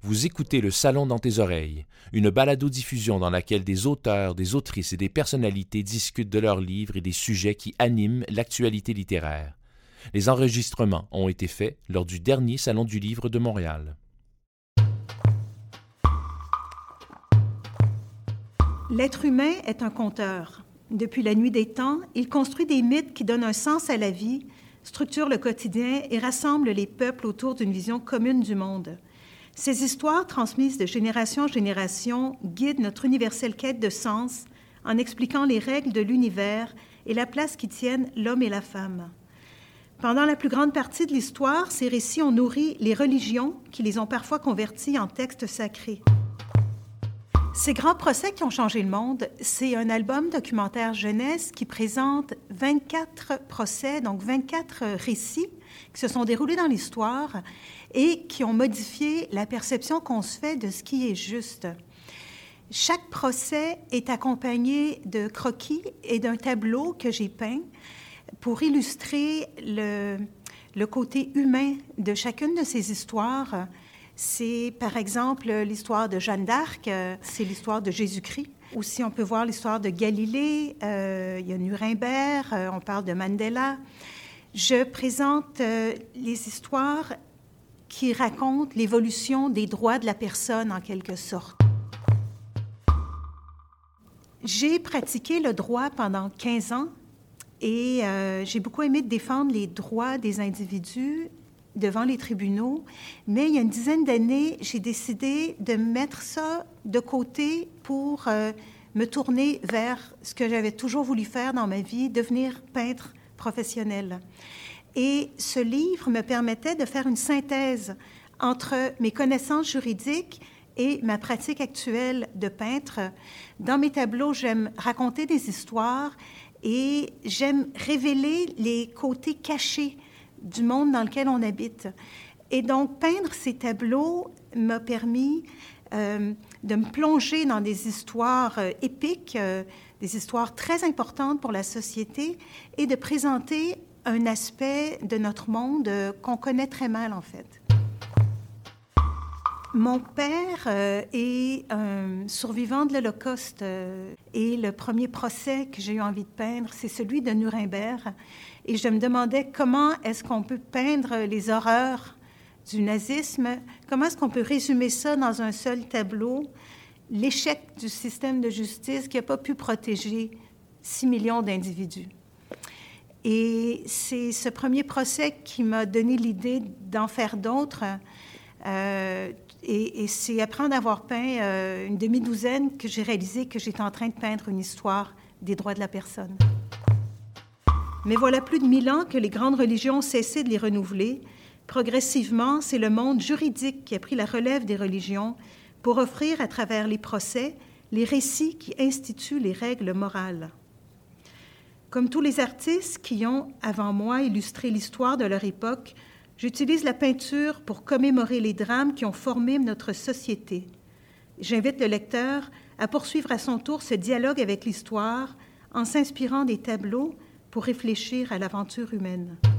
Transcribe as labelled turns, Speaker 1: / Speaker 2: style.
Speaker 1: Vous écoutez Le Salon dans tes oreilles, une balado-diffusion dans laquelle des auteurs, des autrices et des personnalités discutent de leurs livres et des sujets qui animent l'actualité littéraire. Les enregistrements ont été faits lors du dernier Salon du Livre de Montréal.
Speaker 2: L'être humain est un conteur. Depuis la nuit des temps, il construit des mythes qui donnent un sens à la vie, structurent le quotidien et rassemblent les peuples autour d'une vision commune du monde. Ces histoires, transmises de génération en génération, guident notre universelle quête de sens en expliquant les règles de l'univers et la place qu'y tiennent l'homme et la femme. Pendant la plus grande partie de l'histoire, ces récits ont nourri les religions qui les ont parfois convertis en textes sacrés. Ces grands procès qui ont changé le monde, c'est un album documentaire jeunesse qui présente 24 procès, donc 24 récits qui se sont déroulés dans l'histoire et qui ont modifié la perception qu'on se fait de ce qui est juste. Chaque procès est accompagné de croquis et d'un tableau que j'ai peint pour illustrer le côté humain de chacune de ces histoires. C'est, par exemple, l'histoire de Jeanne d'Arc, c'est l'histoire de Jésus-Christ. Aussi, on peut voir l'histoire de Galilée, il y a Nuremberg, on parle de Mandela. Je présente les histoires qui racontent l'évolution des droits de la personne, en quelque sorte. J'ai pratiqué le droit pendant 15 ans et j'ai beaucoup aimé défendre les droits des individus devant les tribunaux, mais il y a une dizaine d'années, j'ai décidé de mettre ça de côté pour me tourner vers ce que j'avais toujours voulu faire dans ma vie, devenir peintre professionnel. Et ce livre me permettait de faire une synthèse entre mes connaissances juridiques et ma pratique actuelle de peintre. Dans mes tableaux, j'aime raconter des histoires et j'aime révéler les côtés cachés du monde dans lequel on habite. Et donc, peindre ces tableaux m'a permis de me plonger dans des histoires épiques, des histoires très importantes pour la société et de présenter un aspect de notre monde qu'on connaît très mal, en fait. Mon père est un survivant de l'Holocauste et le premier procès que j'ai eu envie de peindre, c'est celui de Nuremberg. Et je me demandais comment est-ce qu'on peut peindre les horreurs du nazisme, comment est-ce qu'on peut résumer ça dans un seul tableau, l'échec du système de justice qui n'a pas pu protéger 6 millions d'individus. Et c'est ce premier procès qui m'a donné l'idée d'en faire d'autres. Et c'est après en avoir peint une demi-douzaine que j'ai réalisé que j'étais en train de peindre une histoire des droits de la personne. Mais voilà plus de 1000 ans que les grandes religions ont cessé de les renouveler. Progressivement, c'est le monde juridique qui a pris la relève des religions pour offrir à travers les procès les récits qui instituent les règles morales. Comme tous les artistes qui ont, avant moi, illustré l'histoire de leur époque, j'utilise la peinture pour commémorer les drames qui ont formé notre société. J'invite le lecteur à poursuivre à son tour ce dialogue avec l'histoire en s'inspirant des tableaux pour réfléchir à l'aventure humaine.